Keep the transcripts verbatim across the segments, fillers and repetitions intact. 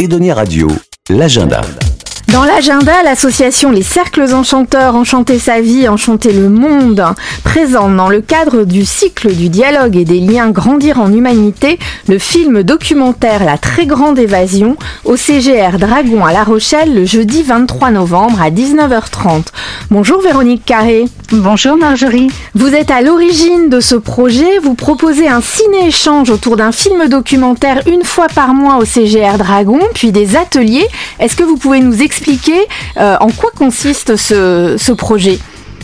Edonia Radio, l'agenda. Dans l'agenda, l'association Les Cercles Enchanteurs, Enchanter sa vie, Enchanter le monde, présente dans le cadre du cycle du dialogue et des liens Grandir en humanité, le film documentaire La très grande évasion au C G R Dragon à La Rochelle le jeudi vingt-trois novembre à dix-neuf heures trente. Bonjour Véronique Carré. Bonjour Marjorie. Vous êtes à l'origine de ce projet, vous proposez un ciné-échange autour d'un film documentaire une fois par mois au C G R Dragon, puis des ateliers. Est-ce que vous pouvez nous expliquer euh, en quoi consiste ce, ce projet ?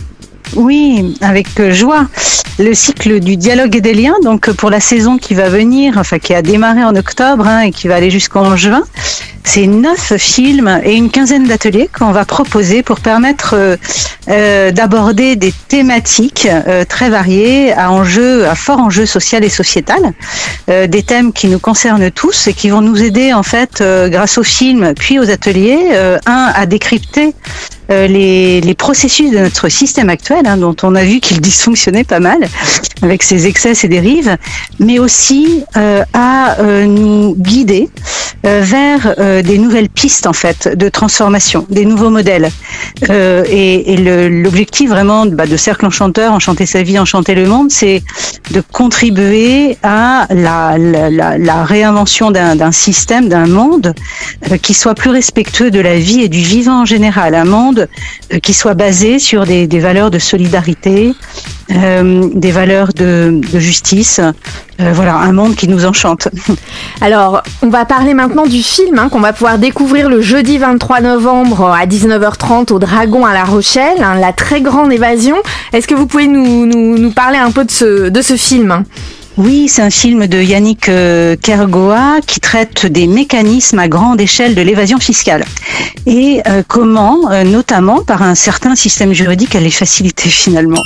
Oui, avec joie. Le cycle du dialogue et des liens, donc pour la saison qui va venir, enfin qui a démarré en octobre hein, et qui va aller jusqu'en juin, c'est neuf films et une quinzaine d'ateliers qu'on va proposer pour permettre euh, euh, d'aborder des thématiques euh, très variées à enjeu, à fort enjeu social et sociétal, euh, des thèmes qui nous concernent tous et qui vont nous aider en fait, euh, grâce aux films puis aux ateliers, euh, un à décrypter Euh, les, les processus de notre système actuel, hein, dont on a vu qu'il dysfonctionnait pas mal, avec ses excès, ses dérives, mais aussi euh, à euh, nous guider euh, vers euh, des nouvelles pistes en fait de transformation, des nouveaux modèles. Euh, et et le, l'objectif vraiment bah, de Cercle Enchanteur, Enchanter sa vie, Enchanter le monde, c'est de contribuer à la, la, la, la réinvention d'un, d'un système, d'un monde euh, qui soit plus respectueux de la vie et du vivant en général, un monde qui soit basé sur des, des valeurs de solidarité, euh, des valeurs de, de justice. Euh, voilà, un monde qui nous enchante. Alors, on va parler maintenant du film hein, qu'on va pouvoir découvrir le jeudi vingt-trois novembre à dix-neuf heures trente au Dragon à La Rochelle, hein, La très grande évasion. Est-ce que vous pouvez nous, nous, nous parler un peu de ce, de ce film ? Oui, c'est un film de Yannick Kergoat qui traite des mécanismes à grande échelle de l'évasion fiscale et euh, comment, euh, notamment par un certain système juridique, elle est facilitée finalement.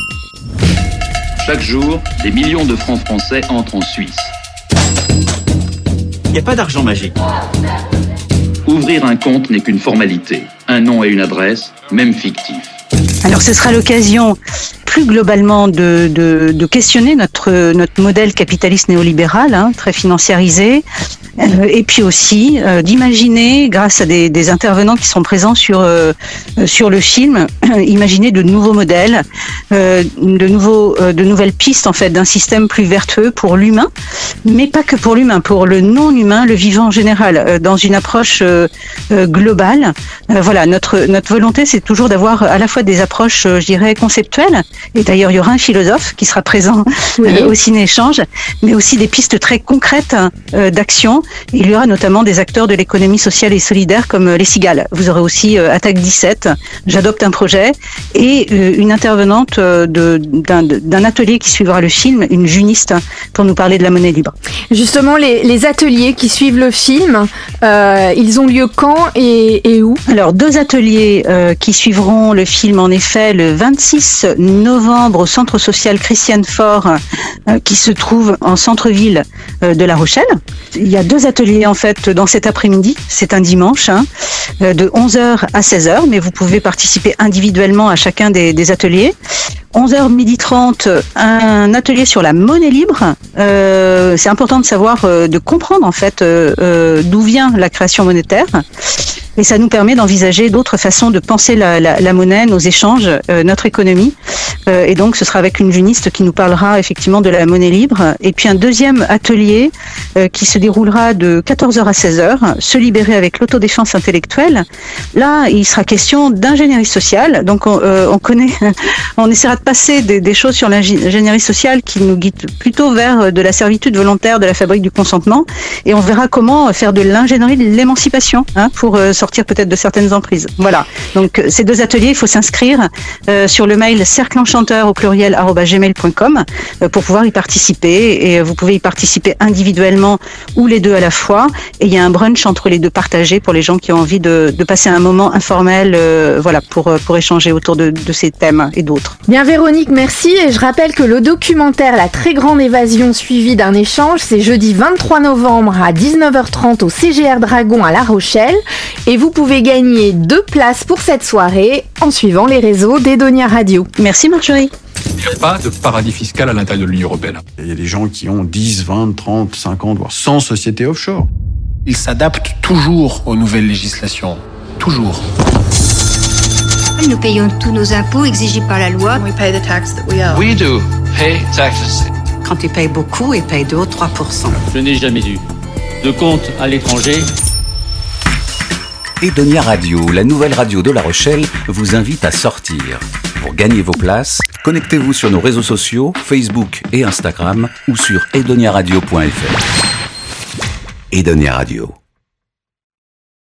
Chaque jour, des millions de francs français entrent en Suisse. Il n'y a pas d'argent magique. Ouvrir un compte n'est qu'une formalité, un nom et une adresse, même fictif. Alors ce sera l'occasion plus globalement de, de, de questionner notre, notre modèle capitaliste néolibéral, hein, très financiarisé, euh, et puis aussi euh, d'imaginer, grâce à des, des intervenants qui sont présents sur, euh, sur le film, euh, imaginer de nouveaux modèles, euh, de, nouveaux, euh, de nouvelles pistes en fait d'un système plus vertueux pour l'humain, mais pas que pour l'humain, pour le non-humain, le vivant en général, euh, dans une approche euh, euh, globale. Euh, voilà, notre, notre volonté c'est toujours d'avoir à la fois des approches, euh, je dirais, conceptuelles. Et d'ailleurs, il y aura un philosophe qui sera présent oui. euh, au ciné-échange, mais aussi des pistes très concrètes euh, d'action. Il y aura notamment des acteurs de l'économie sociale et solidaire comme euh, les Cigales. Vous aurez aussi euh, Attaque dix-sept, J'adopte un projet, et euh, une intervenante euh, de, d'un, d'un atelier qui suivra le film, une juniste, pour nous parler de la monnaie libre. Justement, les, les ateliers qui suivent le film, euh, ils ont lieu quand et, et où ? Alors, deux ateliers euh, qui suivront le film, en effet, le vingt-six novembre au centre social Christiane Faure euh, qui se trouve en centre-ville euh, de La Rochelle. Il y a deux ateliers en fait dans cet après-midi, c'est un dimanche, hein, euh, de onze heures à seize heures, mais vous pouvez participer individuellement à chacun des, des ateliers. onze heures midi trente, un atelier sur la monnaie libre. Euh, c'est important de savoir, euh, de comprendre en fait euh, euh, d'où vient la création monétaire. Et ça nous permet d'envisager d'autres façons de penser la, la, la monnaie, nos échanges, euh, notre économie. Euh, et donc, ce sera avec une juniste qui nous parlera effectivement de la monnaie libre. Et puis un deuxième atelier euh, qui se déroulera de quatorze heures à seize heures, se libérer avec l'autodéfense intellectuelle. Là, il sera question d'ingénierie sociale. Donc, on, euh, on connaît, on essaiera de passer des, des choses sur l'ingénierie sociale qui nous guident plutôt vers de la servitude volontaire, de la fabrique du consentement. Et on verra comment faire de l'ingénierie de l'émancipation hein, pour euh, sortir peut-être de certaines emprises. Voilà. Donc ces deux ateliers, il faut s'inscrire euh, sur le mail cercle enchanteur au pluriel arobase gmail point com euh, pour pouvoir y participer. Et vous pouvez y participer individuellement ou les deux à la fois. Et il y a un brunch entre les deux partagé pour les gens qui ont envie de, de passer un moment informel, euh, voilà, pour pour échanger autour de, de ces thèmes et d'autres. Bien Véronique, merci. Et je rappelle que le documentaire La très grande évasion suivi d'un échange, c'est jeudi vingt-trois novembre à dix-neuf heures trente au C G R Dragon à La Rochelle. Et vous pouvez gagner deux places pour cette soirée en suivant les réseaux d'Edonia Radio. Merci Marjorie. Il n'y a pas de paradis fiscal à l'intérieur de l'Union européenne. Il y a des gens qui ont dix, vingt, trente, cinquante, voire cent sociétés offshore. Il s'adapte toujours aux nouvelles législations. Toujours. Nous payons tous nos impôts exigés par la loi. We pay the tax that we owe. We do pay taxes. Quand ils payent beaucoup, ils payent deux ou trois pour cent. Je n'ai jamais eu de compte à l'étranger. Edonia Radio, la nouvelle radio de La Rochelle, vous invite à sortir. Pour gagner vos places, connectez-vous sur nos réseaux sociaux, Facebook et Instagram ou sur edonia radio point f r. Edonia Radio.